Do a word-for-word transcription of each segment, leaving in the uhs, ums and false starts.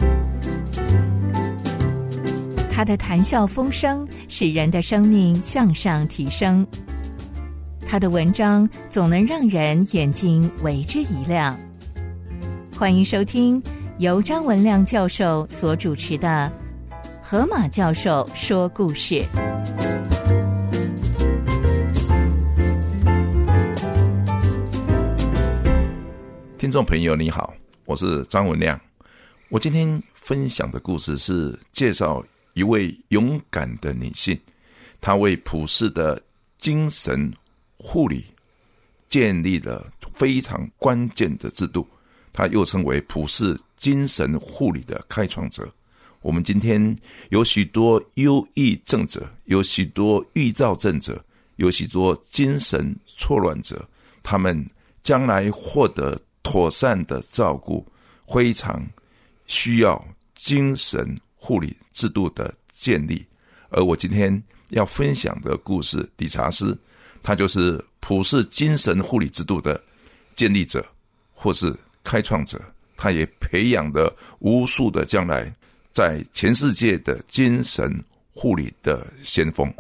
他的谈笑风生使人的生命向上提升，他的文章总能让人眼睛为之一亮。欢迎收听由张文亮教授所主持的河马教授说故事。 听众朋友你好，我是张文亮。我今天分享的故事是介绍一位勇敢的女性，她为普世的精神护理建立了非常关键的制度，她又称为普世精神护理的开创者。我们今天有许多忧郁症者，有许多预躁症者，有许多精神错乱者，他们将来获得妥善的照顾，非常需要精神护理制度的建立。而我今天要分享的故事，理查斯他就是普世精神护理制度的建立者或是开创者，他也培养了无数的将来在全世界的精神护理的先锋。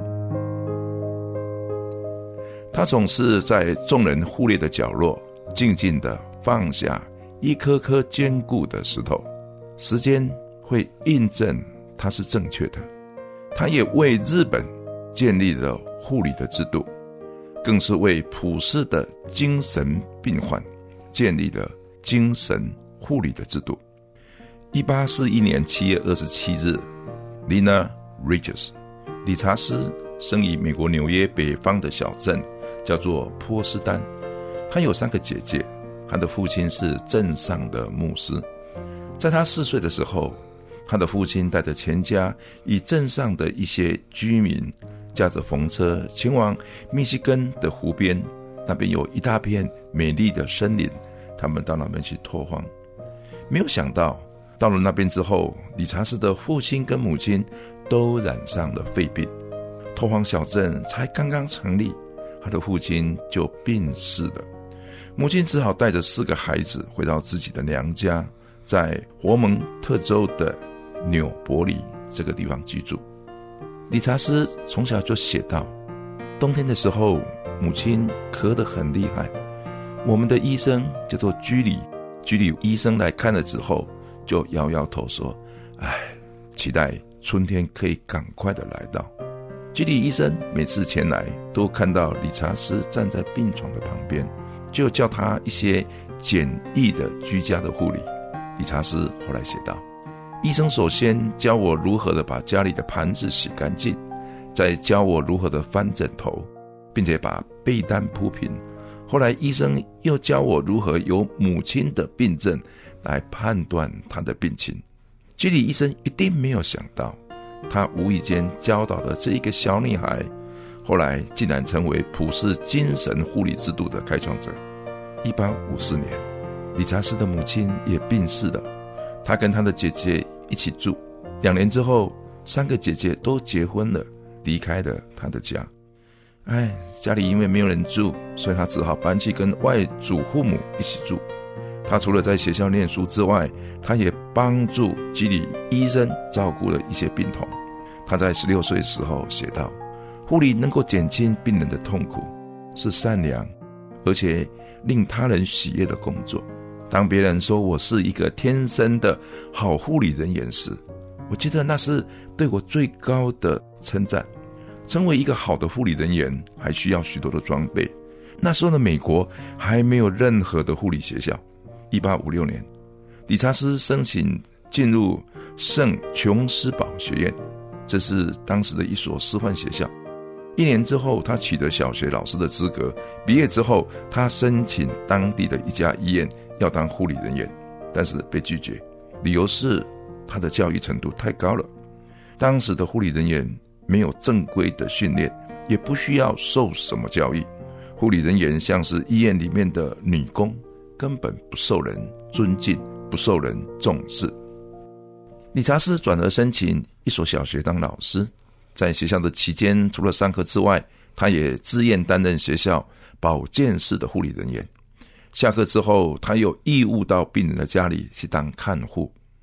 他总是在众人忽略的角落静静地放下一颗颗坚固的石头，时间会印证它是正确的。他也为日本建立了护理的制度，更是为普世的精神病患建立了精神护理的制度。一八四一年七月二十七日 Lina Ridges 理查斯生于美国纽约北方的小镇叫做波斯丹。他有三个姐姐，他的父亲是镇上的牧师。在他四岁的时候，他的父亲带着全家与镇上的一些居民驾着风车前往密西根的湖边，那边有一大片美丽的森林，他们到那边去拓荒。没有想到到了那边之后，理查斯的父亲跟母亲都染上了肺病，拓荒小镇才刚刚成立，他的父亲就病逝了。母亲只好带着四个孩子回到自己的娘家，在佛蒙特州的纽伯里这个地方居住。理查斯从小就写道，冬天的时候母亲咳得很厉害，我们的医生叫做居里居里医生来看了之后就摇摇头说，唉，期待春天可以赶快的来到。居里医生每次前来都看到理查斯站在病床的旁边，就教他一些简易的居家的护理。理查斯后来写道，医生首先教我如何的把家里的盘子洗干净，再教我如何的翻枕头，并且把被单铺平。后来医生又教我如何由母亲的病症来判断她的病情。居里医生一定没有想到，他无意间教导的这一个小女孩，后来竟然成为普世精神护理制度的开创者。一八五四年，理查斯的母亲也病逝了，他跟他的姐姐一起住。两年之后，三个姐姐都结婚了，离开了他的家。哎，家里因为没有人住，所以他只好搬去跟外祖父母一起住。他除了在学校念书之外，他也帮助居里医生照顾了一些病童。他在十六岁的时候写道，护理能够减轻病人的痛苦，是善良而且令他人喜悦的工作。当别人说我是一个天生的好护理人员时，我觉得那是对我最高的称赞。成为一个好的护理人员还需要许多的装备，那时候的美国还没有任何的护理学校。一八五六年，理查斯申请进入圣琼斯堡学院，这是当时的一所师范学校。一年之后，他取得小学老师的资格。毕业之后，他申请当地的一家医院要当护理人员，但是被拒绝，理由是他的教育程度太高了。当时的护理人员没有正规的训练，也不需要受什么教育，护理人员像是医院里面的女工，根本不受人尊敬，不受人重视。理查斯转而申请一所小学当老师，在学校的期间，除了上课之外，他也自愿担任学校保健室的护理人员。下课之后，他有义务到病人的家里去当看护。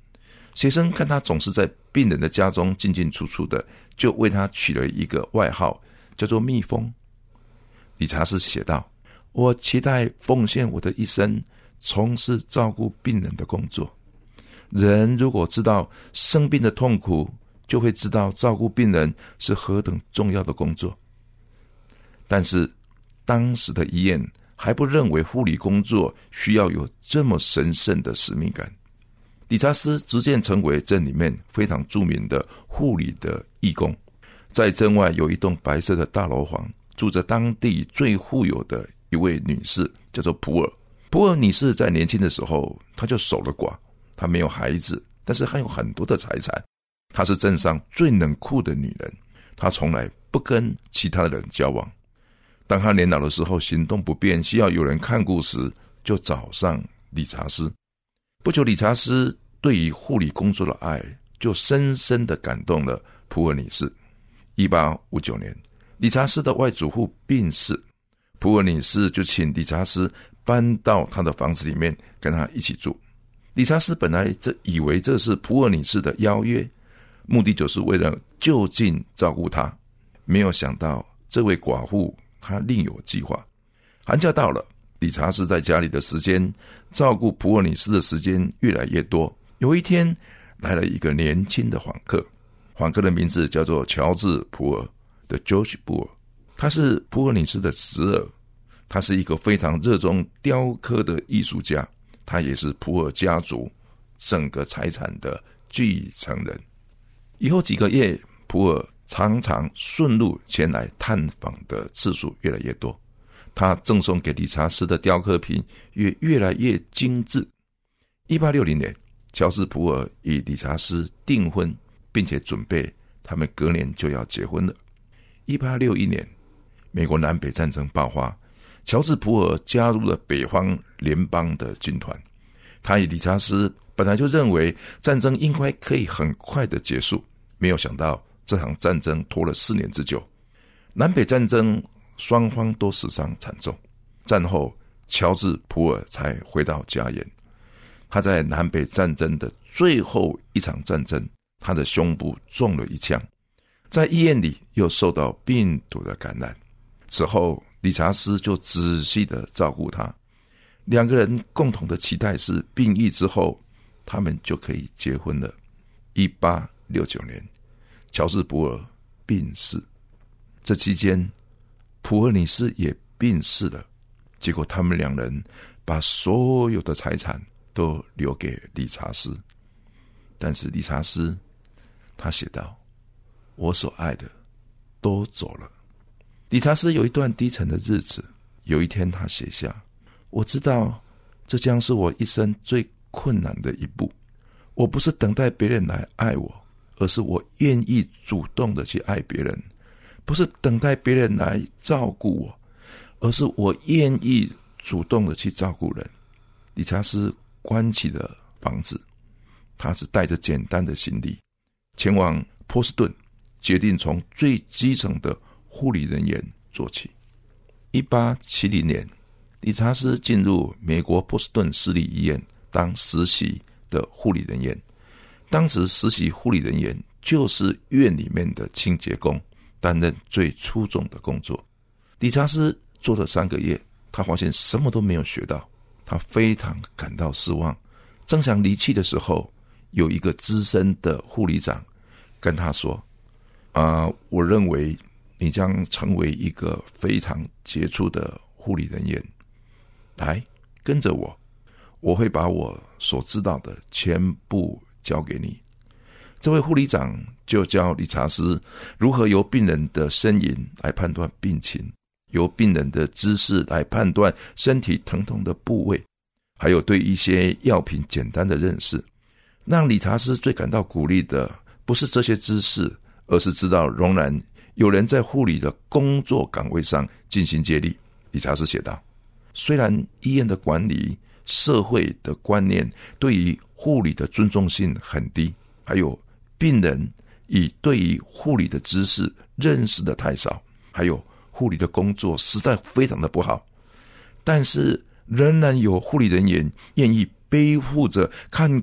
学生看他总是在病人的家中进进出出的，就为他取了一个外号，叫做蜜蜂。理查斯写道，我期待奉献我的一生，从事照顾病人的工作。人如果知道生病的痛苦，就会知道照顾病人是何等重要的工作。但是当时的医院还不认为护理工作需要有这么神圣的使命感。理查斯逐渐成为镇里面非常著名的护理的义工。在镇外有一栋白色的大楼房，住着当地最富有的一位女士，叫做普尔。普尔女士在年轻的时候，她就守了寡，她没有孩子，但是还有很多的财产。她是镇上最冷酷的女人，她从来不跟其他人交往。当她年老的时候，行动不便，需要有人看顾时，就找上理查斯。不久，理查斯对于护理工作的爱就深深地感动了普尔女士。一八五九年，理查斯的外祖父病逝，普尔女士就请理查斯搬到她的房子里面跟她一起住。理查斯本来这以为这是普尔女士的邀约，目的就是为了就近照顾她，没有想到这位寡妇她另有计划。寒假到了，理查斯在家里的时间，照顾普尔女士的时间越来越多。有一天来了一个年轻的访客，访客的名字叫做乔治·普尔的 George 普尔，他是普尔女士的侄儿，他是一个非常热衷雕刻的艺术家，他也是普尔家族整个财产的继承人。以后几个月，普尔常常顺路前来探访的次数越来越多，他赠送给理查斯的雕刻品也越来越精致。一八六零年，乔治·普尔与理查斯订婚，并且准备他们隔年就要结婚了。一八六一年，美国南北战争爆发，乔治·普尔加入了北方联邦的军团。他与理查斯本来就认为战争应该可以很快的结束，没有想到这场战争拖了四年之久。南北战争双方都死伤惨重，战后乔治·普尔才回到家园。他在南北战争的最后一场战争，他的胸部中了一枪，在医院里又受到病毒的感染。此后理查斯就仔细的照顾他，两个人共同的期待是病愈之后他们就可以结婚了。一八六九年，乔治·普尔病逝，这期间普尔女士也病逝了。结果他们两人把所有的财产都留给理查斯，但是理查斯他写道，我所爱的都走了。理查斯有一段低沉的日子，有一天他写下，我知道这将是我一生最困难的一步，我不是等待别人来爱我，而是我愿意主动的去爱别人，不是等待别人来照顾我，而是我愿意主动的去照顾人。理查斯关起了房子，他只带着简单的行李前往波士顿，决定从最基层的护理人员做起。一八七零年，理查斯进入美国波士顿市立医院当实习的护理人员。当时实习护理人员就是院里面的清洁工，担任最出众的工作。理查斯做了三个月，他发现什么都没有学到，他非常感到失望。正想离去的时候，有一个资深的护理长跟他说，啊、呃，我认为你将成为一个非常杰出的护理人员，来跟着我，我会把我所知道的全部交给你。这位护理长就教理查斯如何由病人的呻吟来判断病情，由病人的姿势来判断身体疼痛的部位，还有对一些药品简单的认识。让理查斯最感到鼓励的不是这些知识，而是知道仍然有人在护理的工作岗位上尽心竭力。理查斯写道，虽然医院的管理、社会的观念对于护理的尊重性很低，还有病人以对于护理的知识认识的太少，还有护理的工作实在非常的不好，但是仍然有护理人员愿意背负着看顾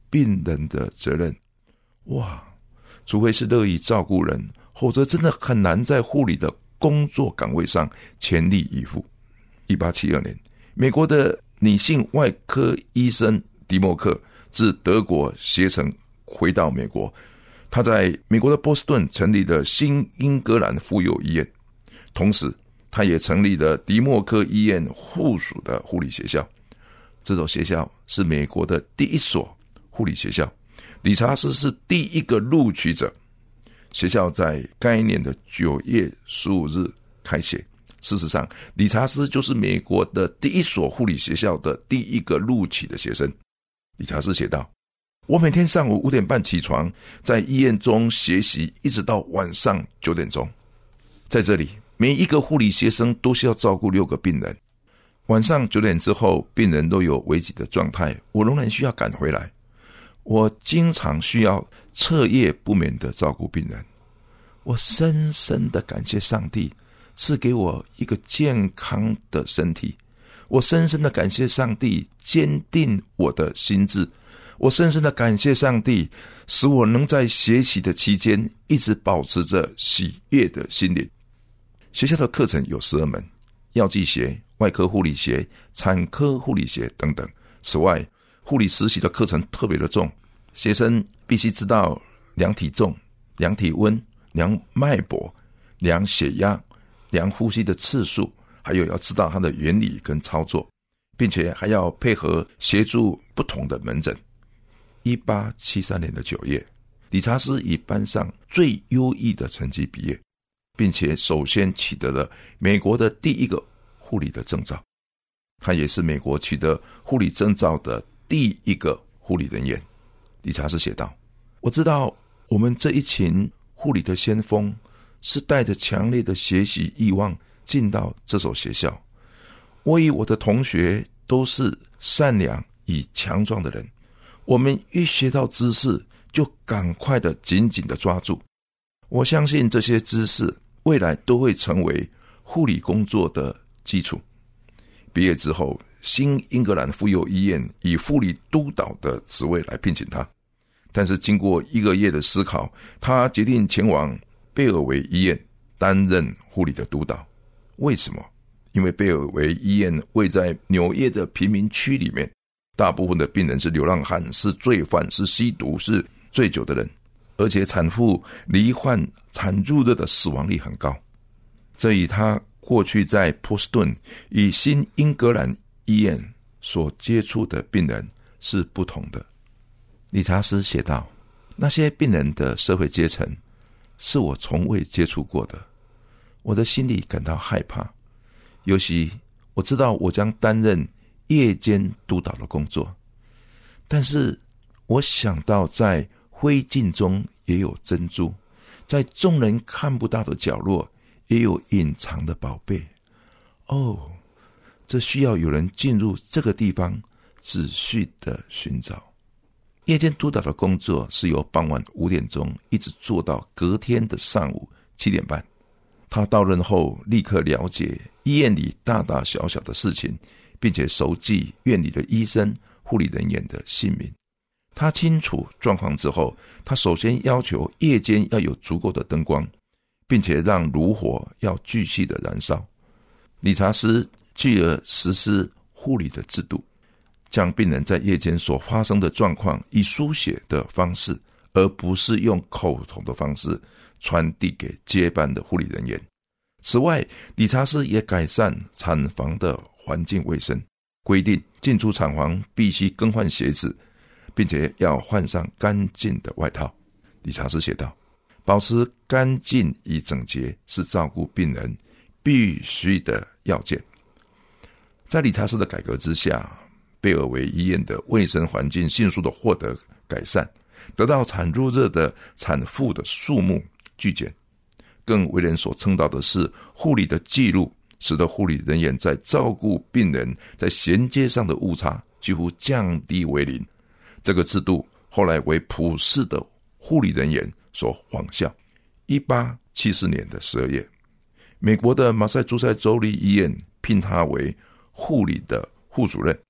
病人的责任。哇，除非是乐意照顾人，否则真的很难在护理的工作岗位上全力以赴。一八七二年，美国的女性外科医生迪莫克自德国携程回到美国，他在美国的波士顿成立了新英格兰妇幼医院，同时他也成立了迪莫克医院附属的护理学校。这所学校是美国的第一所护理学校，理查斯是第一个录取者。学校在该年的九月十五日开学。事实上，理查斯就是美国的第一所护理学校的第一个录取的学生。理查斯写道，我每天上午五点半起床，在医院中学习，一直到晚上九点钟。在这里，每一个护理学生都需要照顾六个病人。晚上九点之后，病人都有危急的状态，我仍然需要赶回来。我经常需要彻夜不眠地照顾病人。我深深地感谢上帝赐给我一个健康的身体，我深深地感谢上帝坚定我的心智，我深深地感谢上帝使我能在学习的期间一直保持着喜悦的心灵。学校的课程有十二门，药剂学、外科护理学、产科护理学等等。此外，护理实习的课程特别的重，学生必须知道量体重、量体温、量脉搏、量血压、量呼吸的次数，还有要知道它的原理跟操作，并且还要配合协助不同的门诊。一八七三年的九月，理查斯以班上最优异的成绩毕业，并且首先取得了美国的第一个护理的证照。他也是美国取得护理证照的第一个护理人员。理查斯写道，我知道我们这一群护理的先锋是带着强烈的学习欲望进到这所学校。我与我的同学都是善良与强壮的人，我们一学到知识就赶快的紧紧的抓住。我相信这些知识未来都会成为护理工作的基础。毕业之后，新英格兰妇幼医院以护理督导的职位来聘请他，但是经过一个月的思考，他决定前往贝尔维医院担任护理的督导。为什么？因为贝尔维医院位在纽约的贫民区里面，大部分的病人是流浪汉，是罪犯，是吸毒，是醉酒的人，而且产妇罹患产褥热的死亡率很高。这与他过去在波士顿与新英格兰医院所接触的病人是不同的。理查斯写道，那些病人的社会阶层是我从未接触过的，我的心里感到害怕，尤其我知道我将担任夜间督导的工作，但是我想到在灰烬中也有珍珠，在众人看不到的角落也有隐藏的宝贝。哦，这需要有人进入这个地方仔细的寻找。夜间督导的工作是由傍晚五点钟一直做到隔天的上午七点半。他到任后立刻了解医院里大大小小的事情，并且熟记院里的医生、护理人员的姓名。他清楚状况之后，他首先要求夜间要有足够的灯光，并且让炉火要继续的燃烧。理查斯继而实施护理的制度，将病人在夜间所发生的状况以书写的方式，而不是用口头的方式传递给接班的护理人员。此外，理查斯也改善产房的环境卫生，规定进出产房必须更换鞋子，并且要换上干净的外套。理查斯写道，保持干净与整洁是照顾病人必须的要件。在理查斯的改革之下，贝尔维医院的卫生环境迅速的获得改善，得到产褥热的产妇的数目剧减。更为人所称道的是，护理的记录使得护理人员在照顾病人在衔接上的误差几乎降低为零。这个制度后来为普世的护理人员所仿效。一八七四年的十二月，美国的马萨诸塞州立医院聘他为护理的副主任，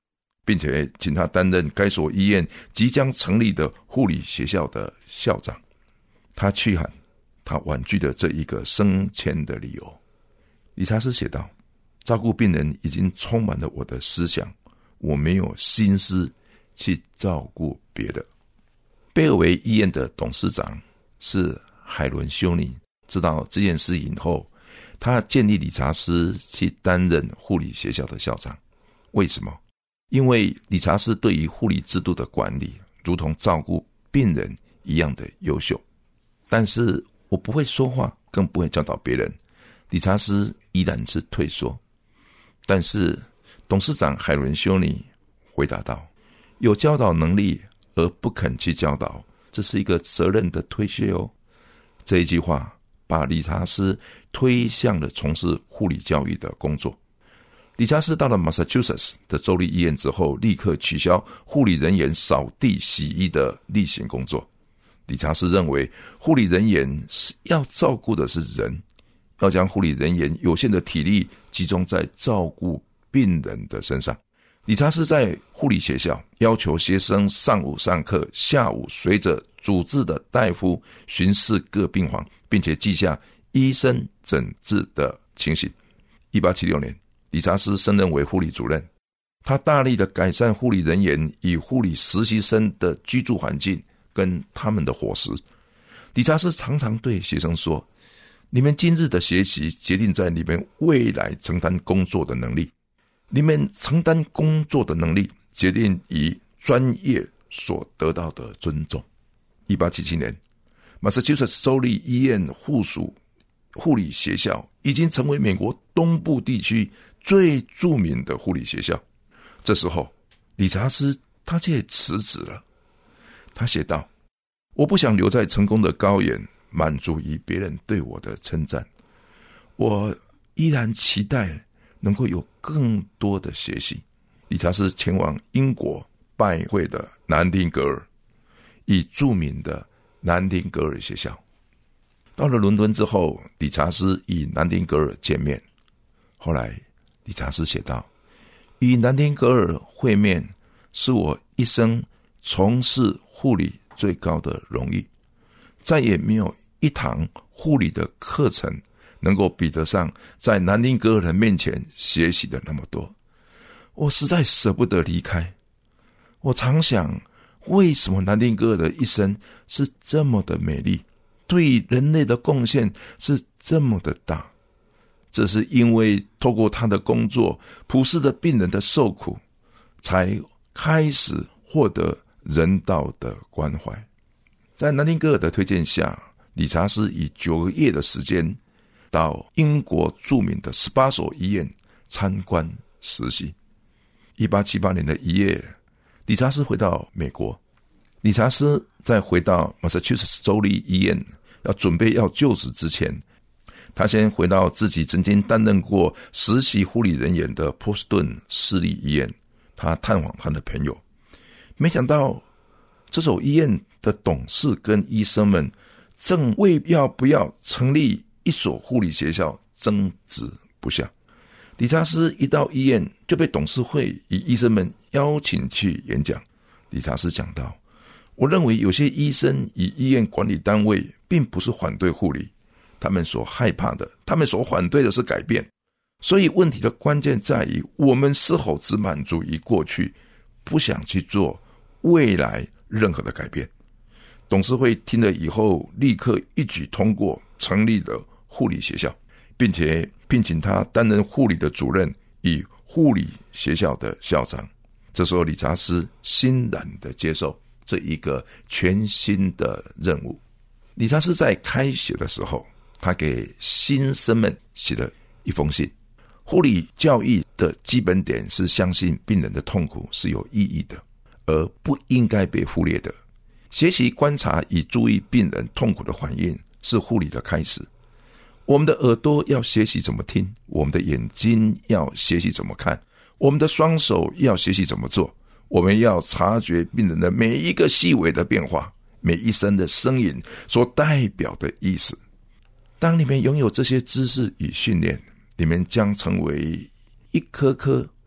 并且请他担任该所医院即将成立的护理学校的校长。他去喊他婉拒的这一个升迁的理由。理查斯写道，照顾病人已经充满了我的思想，我没有心思去照顾别的。贝尔维医院的董事长是海伦修尼，知道这件事以后，他建议理查斯去担任护理学校的校长。为什么？因为理查斯对于护理制度的管理如同照顾病人一样的优秀。但是我不会说话，更不会教导别人。理查斯依然是退缩。但是董事长海伦修尼回答道，有教导能力而不肯去教导，这是一个责任的推卸哦。这一句话把理查斯推向了从事护理教育的工作。理查斯到了 Massachusetts 的州立医院之后，立刻取消护理人员扫地洗衣的例行工作。理查斯认为护理人员是要照顾的是人，要将护理人员有限的体力集中在照顾病人的身上。理查斯在护理学校要求学生上午上课，下午随着主治的大夫巡视各病房，并且记下医生诊治的情形。一八七六年，理查斯升任为护理主任，他大力的改善护理人员与护理实习生的居住环境跟他们的伙食。理查斯常常对学生说，你们今日的学习决定在你们未来承担工作的能力，你们承担工作的能力决定于专业所得到的尊重。一八七七年，马萨诸塞州立医院附属护理学校已经成为美国东部地区最著名的护理学校。这时候理查斯他却辞职了。他写道，我不想留在成功的高原满足于别人对我的称赞，我依然期待能够有更多的学习。理查斯前往英国拜会的南丁格尔，以著名的南丁格尔学校。到了伦敦之后，理查斯与南丁格尔见面。后来理查斯写道，与南丁格尔会面是我一生从事护理最高的荣誉，再也没有一堂护理的课程能够比得上在南丁格尔人面前学习的那么多。我实在舍不得离开。我常想，为什么南丁格尔的一生是这么的美丽，对人类的贡献是这么的大？这是因为透过他的工作，普世的病人的受苦，才开始获得人道的关怀。在南丁格尔的推荐下，理查斯以九个月的时间到英国著名的十八所医院参观实习。一八七八年的一月，理查斯回到美国。理查斯在回到 Massachusetts 州立医院要准备要就职之前，他先回到自己曾经担任过实习护理人员的波士顿市立医院，他探访他的朋友。没想到这所医院的董事跟医生们正为要不要成立一所护理学校争执不下。理查斯一到医院就被董事会与医生们邀请去演讲。理查斯讲到，我认为有些医生与医院管理单位并不是反对护理，他们所害怕的，他们所反对的是改变。所以问题的关键在于，我们是否只满足于过去，不想去做未来任何的改变。董事会听了以后，立刻一举通过成立了护理学校，并且聘请他担任护理的主任与护理学校的校长。这时候理查斯欣然地接受这一个全新的任务。理查斯在开学的时候，他给新生们写了一封信。护理教育的基本点是相信病人的痛苦是有意义的，而不应该被忽略的。学习观察与注意病人痛苦的反应是护理的开始。我们的耳朵要学习怎么听，我们的眼睛要学习怎么看，我们的双手要学习怎么做。我们要察觉病人的每一个细微的变化，每一声的声音所代表的意思。当你们拥有这些知识与训练，你们将成为一颗颗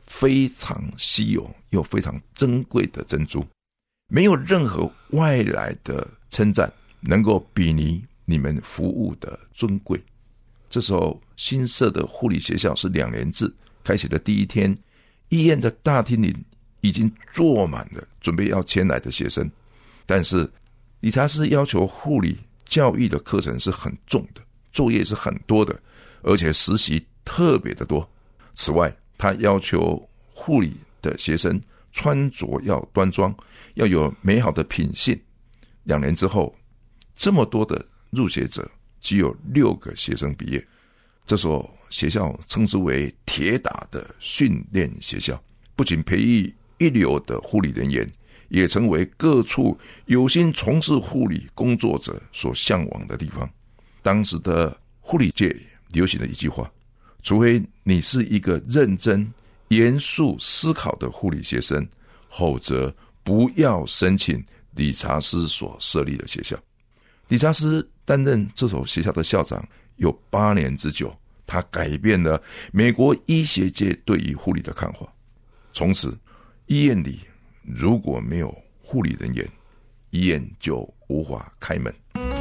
非常稀有又非常珍贵的珍珠，没有任何外来的称赞能够比拟你们服务的尊贵。这时候新设的护理学校是两年制，开学的第一天，医院的大厅里已经坐满了准备要前来的学生。但是理查斯要求护理教育的课程是很重的，作业是很多的，而且实习特别的多。此外，他要求护理的学生穿着要端庄，要有美好的品性。两年之后，这么多的入学者，只有六个学生毕业。这所学校称之为铁打的训练学校，不仅培育一流的护理人员，也成为各处有心从事护理工作者所向往的地方。当时的护理界流行的一句话，除非你是一个认真严肃思考的护理学生，否则不要申请理查斯所设立的学校。理查斯担任这所学校的校长有八年之久，他改变了美国医学界对于护理的看法。从此，医院里如果没有护理人员，医院就无法开门。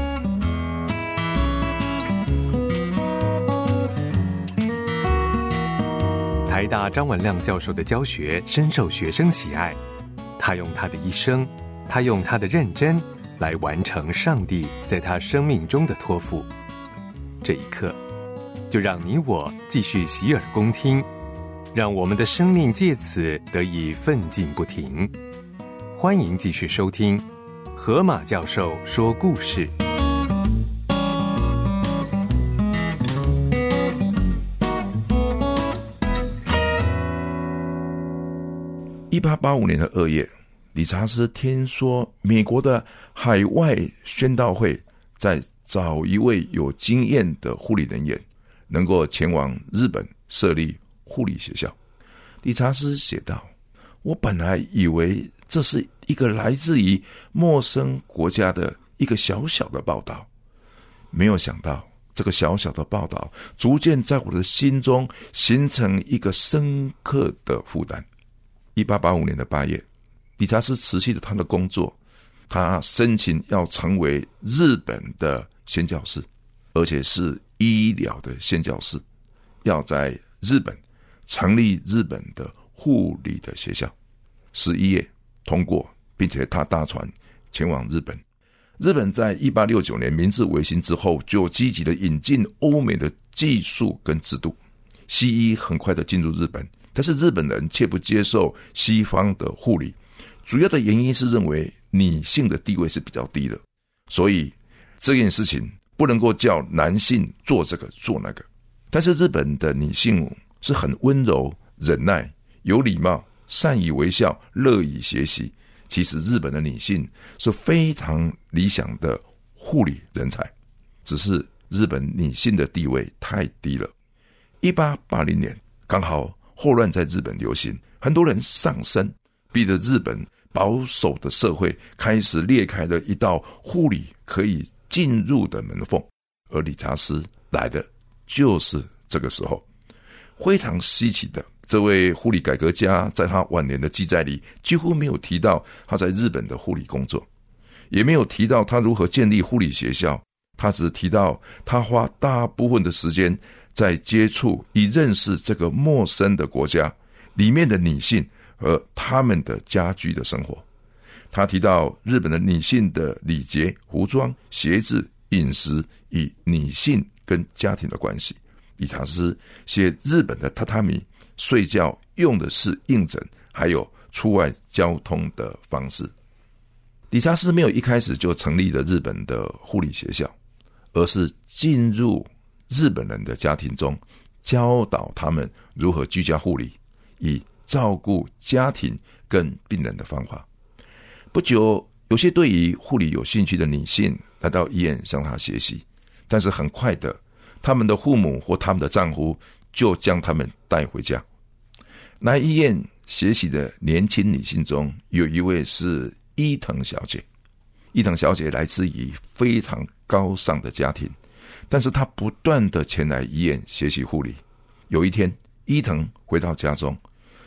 台大张文亮教授的教学深受学生喜爱，他用他的一生，他用他的认真来完成上帝在他生命中的托付。这一刻，就让你我继续洗耳恭听，让我们的生命借此得以奋进不停。欢迎继续收听河马教授说故事。 一八八五年的二月，理查斯听说美国的海外宣道会在找一位有经验的护理人员，能够前往日本设立护理学校。理查斯写道，我本来以为这是一个来自于陌生国家的一个小小的报道，没有想到这个小小的报道逐渐在我的心中形成一个深刻的负担。一八八五年的八月，理查斯辞去了他的工作，他申请要成为日本的宣教士，而且是医疗的宣教士，要在日本成立日本的护理的学校。十一月通过，并且他搭船前往日本。日本在一八六九年明治维新之后，就积极的引进欧美的技术跟制度，西医很快的进入日本，但是日本人却不接受西方的护理，主要的原因是认为女性的地位是比较低的，所以这件事情不能够叫男性做这个做那个。但是日本的女性是很温柔、忍耐、有礼貌、善于微笑、乐于学习。其实日本的女性是非常理想的护理人才，只是日本女性的地位太低了。一八八零年刚好霍乱在日本流行，很多人丧生，逼得日本保守的社会开始裂开了一道护理可以进入的门缝，而理查斯来的就是这个时候。非常稀奇的，这位护理改革家在他晚年的记载里几乎没有提到他在日本的护理工作，也没有提到他如何建立护理学校，他只提到他花大部分的时间在接触以认识这个陌生的国家里面的女性和他们的家居的生活。他提到日本的女性的礼节、服装、鞋子、饮食与女性跟家庭的关系。理查斯写日本的榻榻米、睡觉用的是硬枕，还有出外交通的方式。理查斯没有一开始就成立了日本的护理学校，而是进入日本人的家庭中，教导他们如何居家护理，以照顾家庭跟病人的方法。不久，有些对于护理有兴趣的女性来到医院向他学习，但是很快的，他们的父母或他们的丈夫就将他们带回家。来医院学习的年轻女性中，有一位是伊藤小姐。伊藤小姐来自于非常高尚的家庭，但是她不断的前来医院学习护理。有一天，伊藤回到家中，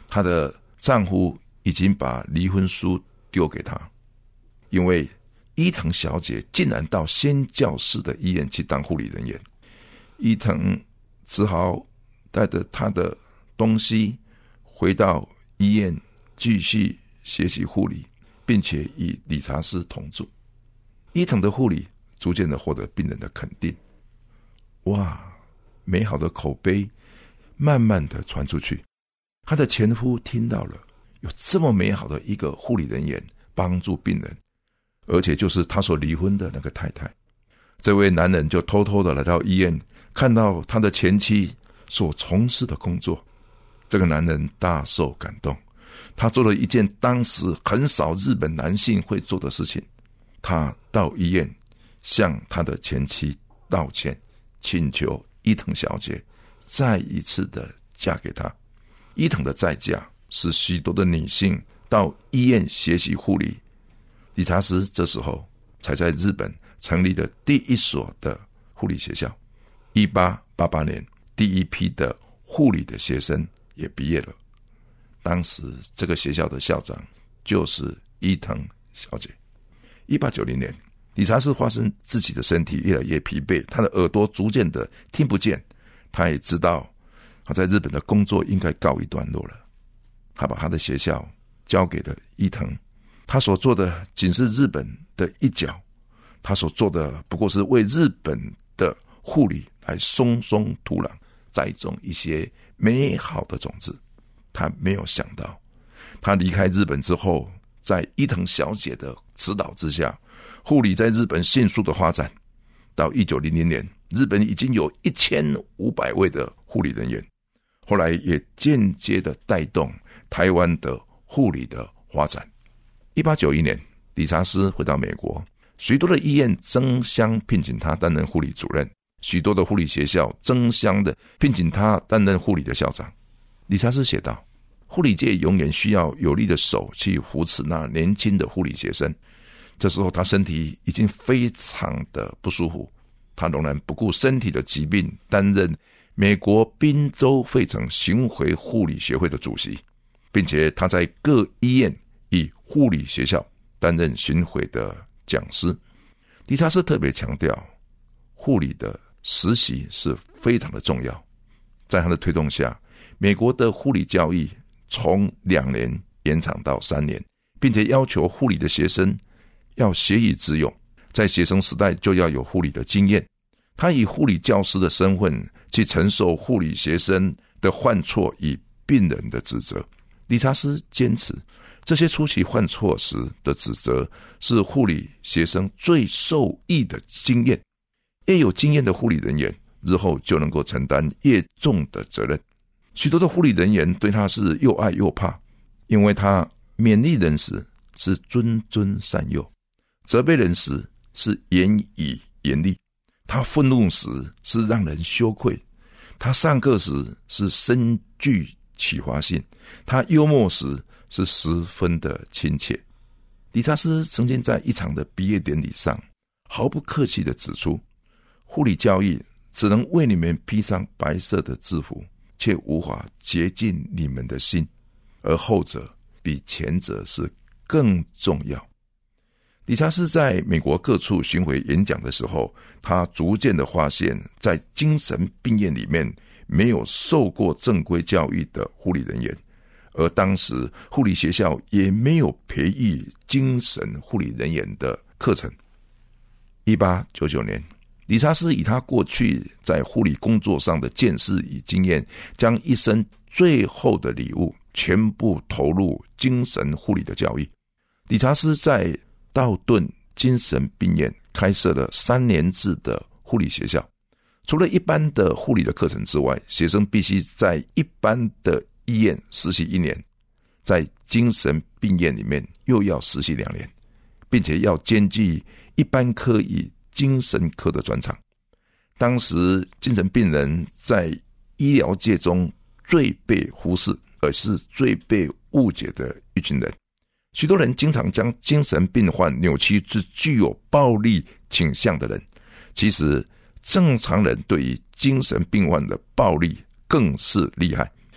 她的丈夫已经把离婚书丢给她，因为伊藤小姐竟然到宣教士的医院去当护理人员，伊藤只好带着她的东西回到医院继续学习护理，并且与理查斯同住。伊藤的护理逐渐的获得病人的肯定，哇，美好的口碑慢慢的传出去。她的前夫听到了有这么美好的一个护理人员帮助病人，而且就是他所离婚的那个太太。这位男人就偷偷的来到医院，看到他的前妻所从事的工作，这个男人大受感动。他做了一件当时很少日本男性会做的事情，他到医院向他的前妻道歉，请求伊藤小姐再一次的嫁给他。伊藤的再嫁使许多的女性到医院学习护理，理查斯这时候才在日本成立了第一所的护理学校。一八八八年第一批的护理的学生也毕业了，当时这个学校的校长就是伊藤小姐。一八九零年，理查斯发现自己的身体越来越疲惫，他的耳朵逐渐的听不见，他也知道他在日本的工作应该告一段落了。他把他的学校交给了伊藤，他所做的仅是日本的一角，他所做的不过是为日本的护理来松松土壤，栽种一些美好的种子。他没有想到，他离开日本之后，在伊藤小姐的指导之下，护理在日本迅速的发展。到一九零零年，日本已经有一千五百位的护理人员，后来也间接的带动台湾的护理的发展。一八九一年，理查斯回到美国，许多的医院争相聘请他担任护理主任，许多的护理学校争相的聘请他担任护理的校长。理查斯写道，护理界永远需要有力的手去扶持那年轻的护理学生。这时候他身体已经非常的不舒服，他仍然不顾身体的疾病，担任美国宾州费城巡回护理协会的主席，并且他在各医院以护理学校担任巡回的讲师。理查斯特别强调，护理的实习是非常的重要。在他的推动下，美国的护理教育从两年延长到三年，并且要求护理的学生要学以致用，在学生时代就要有护理的经验。他以护理教师的身份去承受护理学生的犯错与病人的指责。理查斯坚持，这些初期犯错时的指责是护理学生最受益的经验，越有经验的护理人员日后就能够承担越重的责任。许多的护理人员对他是又爱又怕，因为他勉励人时是谆谆善诱，责备人时是言语严厉，他愤怒时是让人羞愧，他上课时是深具启发性，他幽默时是十分的亲切。理查斯曾经在一场的毕业典礼上毫不客气地指出，护理教育只能为你们披上白色的制服，却无法洁净你们的心，而后者比前者是更重要。理查斯在美国各处巡回演讲的时候，他逐渐的发现，在精神病院里面没有受过正规教育的护理人员，而当时护理学校也没有培育精神护理人员的课程。一八九九年，理查斯以他过去在护理工作上的见识与经验，将一生最后的礼物全部投入精神护理的教育。理查斯在道顿精神病院开设了三年制的护理学校，除了一般的护理的课程之外，学生必须在一般的医院实习一年，在精神病院里面又要实习两年，并且要兼具一般科与精神科的专长。当时精神病人在医疗界中最被忽视，而是最被误解的一群人。许多人经常将精神病患扭曲至具有暴力倾向的人，其实正常人对于精神病患的暴力更是厉害。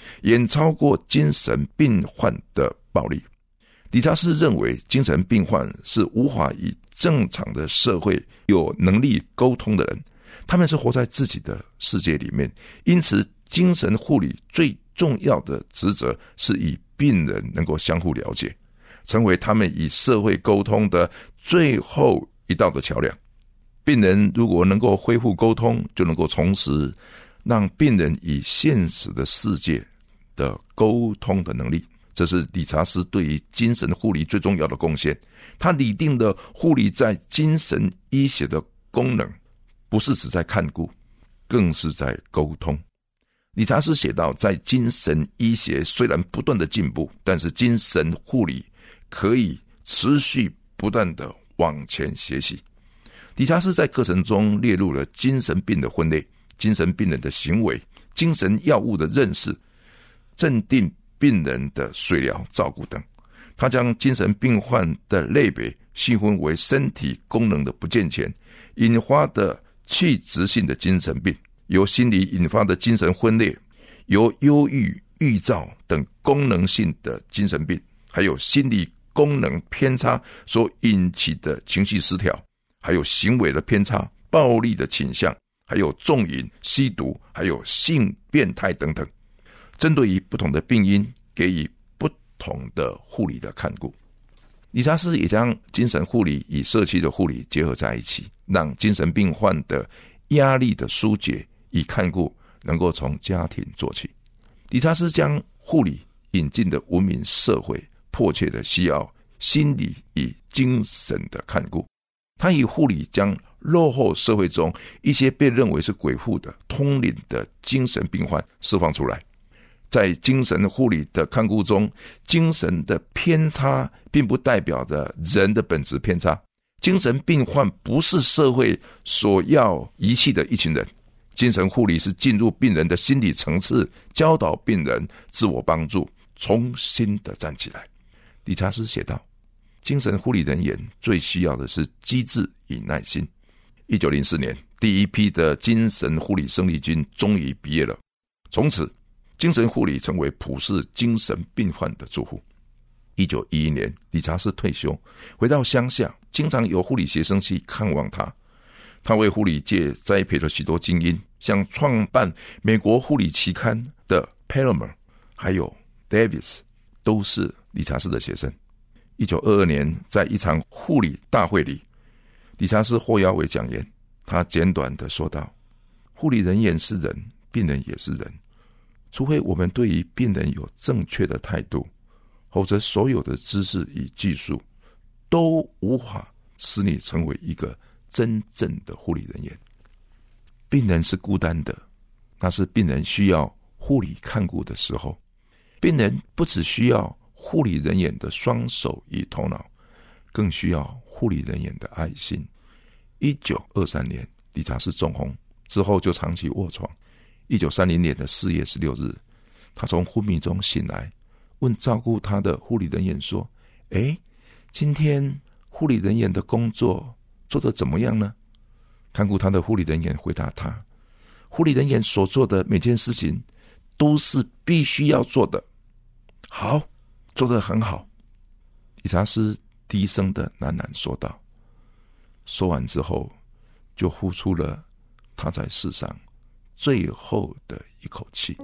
远超过精神病患的暴力。理查斯认为精神病患是无法与正常的社会有能力沟通的人，他们是活在自己的世界里面，因此精神护理最重要的职责是与病人能够相互了解，成为他们与社会沟通的最后一道的桥梁。病人如果能够恢复沟通，就能够重拾让病人与现实的世界的沟通的能力。这是理查斯对于精神护理最重要的贡献。他拟定的护理在精神医学的功能，不是只在看顾，更是在沟通。理查斯写道，在精神医学虽然不断的进步，但是精神护理可以持续不断的往前学习。理查斯在课程中列入了精神病的分类、精神病人的行为、精神药物的认识、镇定病人的水疗照顾等。他将精神病患的类别细分为身体功能的不健全引发的器质性的精神病，由心理引发的精神分裂，由忧郁、预兆等功能性的精神病，还有心理功能偏差所引起的情绪失调，还有行为的偏差、暴力的倾向，还有重瘾、吸毒，还有性变态等等。针对于不同的病因，给予不同的护理的看顾。理查斯也将精神护理与社区的护理结合在一起，让精神病患的压力的疏解与看顾能够从家庭做起。理查斯将护理引进的文明社会迫切的需要心理与精神的看顾。他以护理将落后社会中一些被认为是鬼附的通灵的精神病患释放出来。在精神护理的看顾中，精神的偏差并不代表着人的本质偏差。精神病患不是社会所要遗弃的一群人。精神护理是进入病人的心理层次，教导病人自我帮助，重新的站起来。理查斯写道，精神护理人员最需要的是机智与耐心。一九零四年，第一批的精神护理生力军终于毕业了，从此精神护理成为普世精神病患的祝福。一九一一年，理查斯退休，回到乡下，经常有护理学生去看望他。他为护理界栽培了许多精英，像创办美国护理期刊的 Palmer 还有 Davis 都是理查斯的学生。一九二二年，在一场护理大会里，理查斯获邀为讲员。他简短地说道，护理人员是人，病人也是人，除非我们对于病人有正确的态度，否则所有的知识与技术都无法使你成为一个真正的护理人员。病人是孤单的，那是病人需要护理看顾的时候。病人不只需要护理人员的双手与头脑，更需要护理人员的爱心。一九二三年，理查斯中风之后就长期卧床。一九三零年的四月十六日，他从昏迷中醒来，问照顾他的护理人员说，诶，今天护理人员的工作做得怎么样呢？看顾他的护理人员回答他，护理人员所做的每件事情都是必须要做的。好，做得很好。理查斯低声的喃喃说道。说完之后，就呼出了他在世上最后的一口气。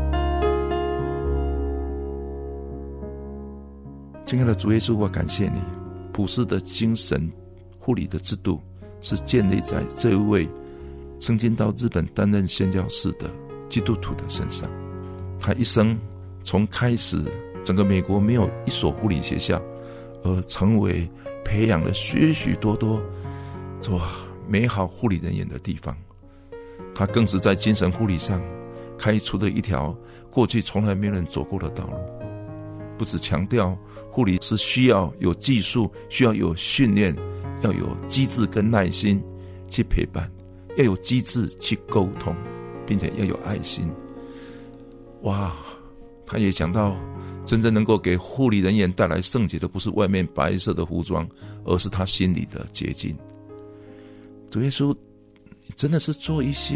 亲爱的主耶稣，我感谢你，普世的精神护理的制度是建立在这一位曾经到日本担任宣教士的基督徒的身上。他一生从开始整个美国没有一所护理学校，而成为培养了许许多多做美好护理人员的地方。他更是在精神护理上开出了一条过去从来没人走过的道路。不只强调护理是需要有技术，需要有训练，要有机智跟耐心去陪伴，要有机智去沟通，并且要有爱心。哇，他也讲到真正能够给护理人员带来圣洁的，不是外面白色的服装，而是他心里的洁净。主耶稣，你真的是做一些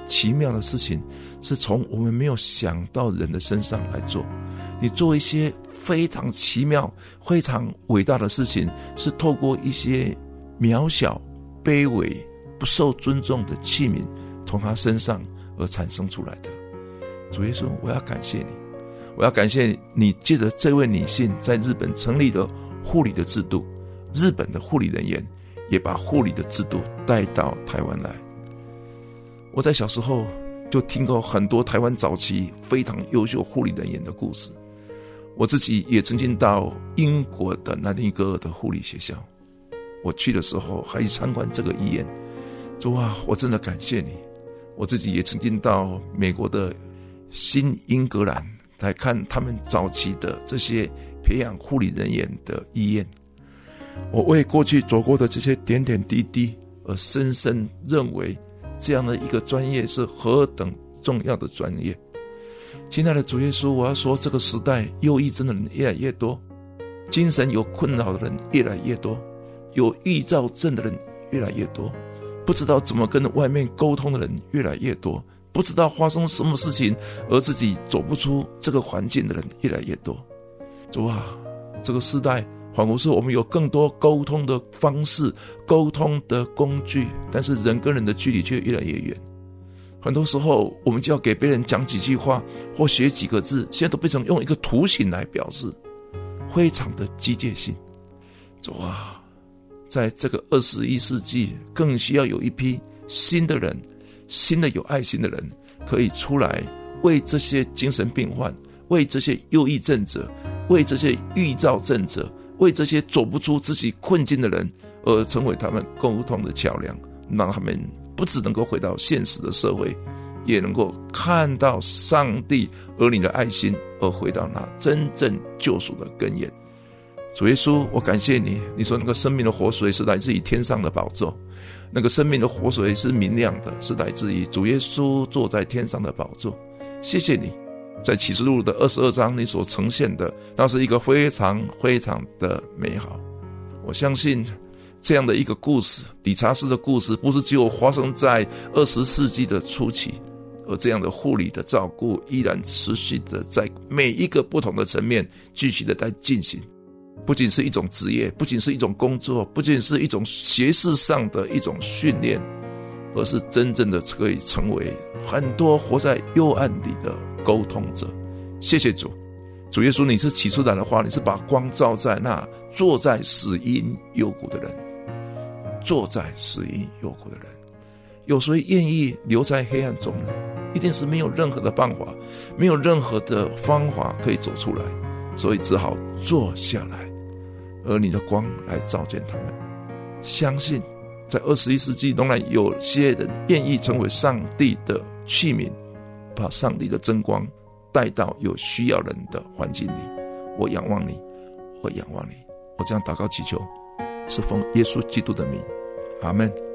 奇妙的事情是从我们没有想到人的身上来做。你做一些非常奇妙非常伟大的事情，是透过一些渺小卑微不受尊重的器皿从他身上而产生出来的。主耶稣，我要感谢你，我要感谢你，你借着这位女性在日本成立了护理的制度，日本的护理人员也把护理的制度带到台湾来。我在小时候就听过很多台湾早期非常优秀护理人员的故事，我自己也曾经到英国的南丁格尔的护理学校，我去的时候还去参观这个医院。主啊，我真的感谢你。我自己也曾经到美国的新英格兰来看他们早期的这些培养护理人员的医院，我为过去走过的这些点点滴滴而深深认为这样的一个专业是何等重要的专业。亲爱的主耶稣，我要说，这个时代忧郁症的人越来越多，精神有困扰的人越来越多，有郁躁症的人越来越多，不知道怎么跟外面沟通的人越来越多，不知道发生什么事情而自己走不出这个环境的人越来越多。主啊，这个时代仿佛是我们有更多沟通的方式，沟通的工具，但是人跟人的距离却越来越远。很多时候我们就要给别人讲几句话或写几个字，现在都变成用一个图形来表示，非常的机械性。主啊，在这个二十一世纪更需要有一批新的人，新的有爱心的人，可以出来为这些精神病患，为这些忧郁症者，为这些郁躁症者，为这些走不出自己困境的人，而成为他们沟通的桥梁，让他们不只能够回到现实的社会，也能够看到上帝儿女的爱心，而回到那真正救赎的根源。主耶稣，我感谢你，你说那个生命的活水是来自于天上的宝座，那个生命的活水是明亮的，是来自于主耶稣坐在天上的宝座。谢谢你，在启示录的二十二章你所呈现的，那是一个非常非常的美好。我相信这样的一个故事，理查斯的故事，不是只有发生在二十世纪的初期，而这样的护理的照顾依然持续的在每一个不同的层面继续的在进行。不仅是一种职业，不仅是一种工作，不仅是一种学识上的一种训练，而是真正的可以成为很多活在幽暗里的沟通者。谢谢主，主耶稣，你是起初来的话，你是把光照在那坐在死荫幽谷的人，坐在死荫幽谷的人。有谁愿意留在黑暗中呢？一定是没有任何的办法，没有任何的方法可以走出来，所以只好坐下来，而你的光来照见他们。相信在二十一世纪仍然有些人愿意成为上帝的器皿，把上帝的真光带到有需要人的环境里。我仰望你，我仰望你。我这样祷告祈求，是奉耶稣基督的名，阿们。